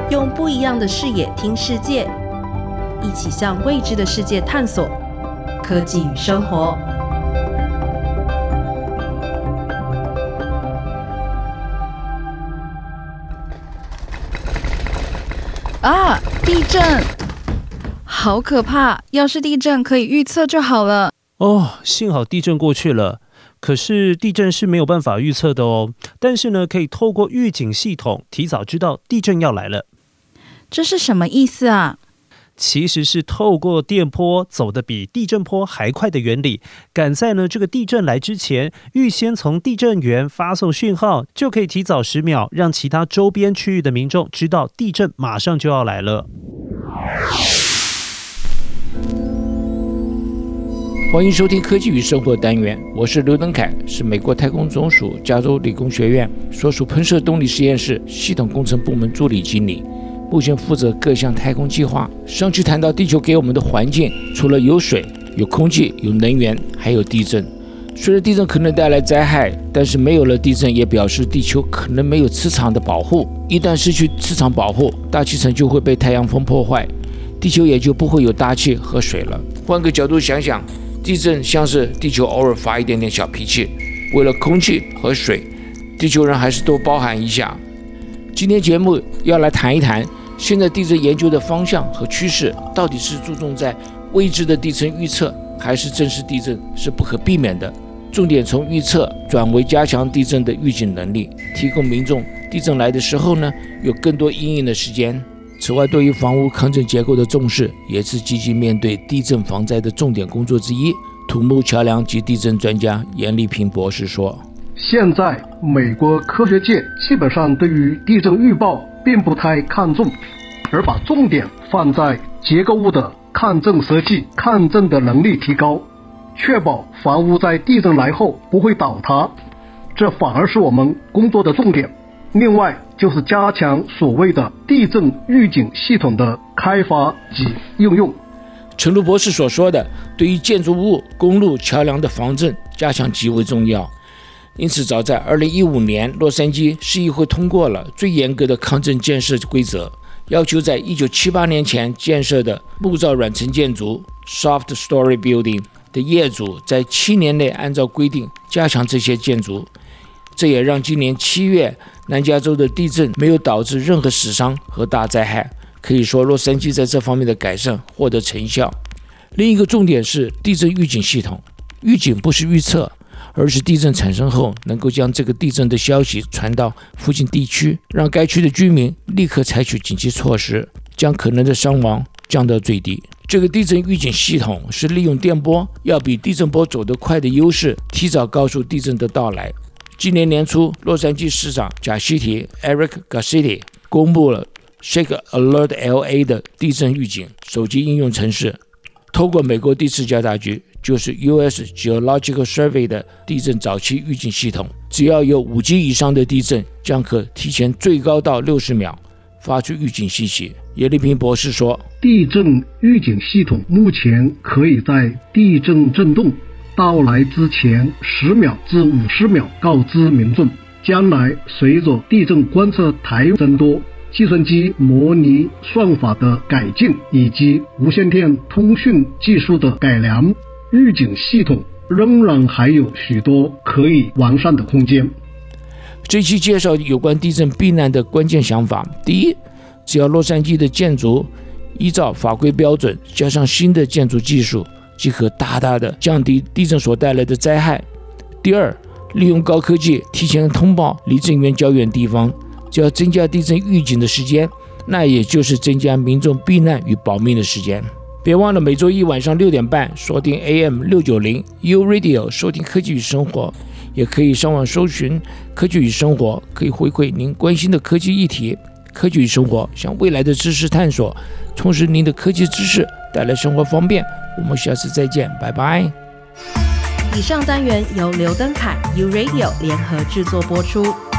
用不一样的视野听世界，一起向未知的世界探索。科技与生活。 啊！地震，好可怕！要是地震可以预测就好了。 幸好地震过去了。可是地震是没有办法预测的哦。但是呢，可以透过预警系统提早知道地震要来了。 这是什么意思啊？ 其实是透过电波走得比地震波还快的原理，赶在这个地震来之前，预先从地震源发送讯号，就可以提早10秒，让其他周边区域的民众知道地震马上就要来了。 欢迎收听科技与生活单元，我是刘登凯，是美国太空总署加州理工学院所属喷射动力实验室系统工程部门助理经理，目前负责各项太空计划。上期谈到地球给我们的环境，除了有水、有空气、有能源，还有地震。虽然地震可能带来灾害，但是没有了地震也表示地球可能没有磁场的保护。一旦失去磁场保护，大气层就会被太阳风破坏，地球也就不会有大气和水了。换个角度想想，地震像是地球偶尔发一点点小脾气，为了空气和水，地球人还是多包涵一下。今天节目要来谈一谈现在地震研究的方向和趋势，到底是注重在未知的地震预测，还是正式地震是不可避免的？重点从预测转为加强地震的预警能力，提供民众地震来的时候有更多因应的时间。此外，对于房屋抗震结构的重视，也是积极面对地震防灾的重点工作之一。土木桥梁及地震专家严立平博士说， 现在美国科学界基本上对于地震预报并不太看重，而把重点放在结构物的抗震设计、抗震的能力提高，确保房屋在地震来后不会倒塌，这反而是我们工作的重点。另外就是加强所谓的地震预警系统的开发及应用。 陈如博士所说的，对于建筑物、公路、桥梁的防震加强极为重要。因此早在2015年，洛杉矶市议会通过了最严格的抗震建设规则，要求在1978年前建设的木造软层建筑 soft story building 的业主在7年内按照规定加强这些建筑。这也让今年7月南加州的地震没有导致任何死伤和大灾害，可以说洛杉矶在这方面的改善获得成效。另一个重点是地震预警系统，预警不是预测，而是地震产生后能够将这个地震的消息传到附近地区，让该区的居民立刻采取紧急措施，将可能的伤亡降到最低。这个地震预警系统是利用电波要比地震波走得快的优势，提早告诉地震的到来。今年年初，洛杉矶市长贾西提 Eric Garcetti 公布了 Shake Alert LA 的地震预警手机应用程式，透过美国地质调查局就是 US Geological Survey 的地震早期预警系统，只要有5级以上的地震，将可提前最高到60秒发出预警信息。叶立平博士说， 地震预警系统目前可以在地震震动到来之前10秒至50秒告知民众，将来随着地震观测台增多，计算机模拟算法的改进以及无线电通讯技术的改良，预警系统仍然还有许多可以完善的空间。 这期介绍有关地震避难的关键想法。第一，只要洛杉矶的建筑依照法规标准，加上新的建筑技术，即可大大的降低地震所带来的灾害。第二，利用高科技提前通报离震源较远地方，只要增加地震预警的时间，那也就是增加民众避难与保命的时间。别忘了每周一晚上6点半锁定 AM690 U Radio 收听科技与生活，也可以上网搜寻科技与生活，可以回馈您关心的科技议题。科技与生活向未来的知识探索，充实您的科技知识，带来生活方便。我们下次再见，拜拜。 以上单元由刘登凯 U Radio 联合制作播出。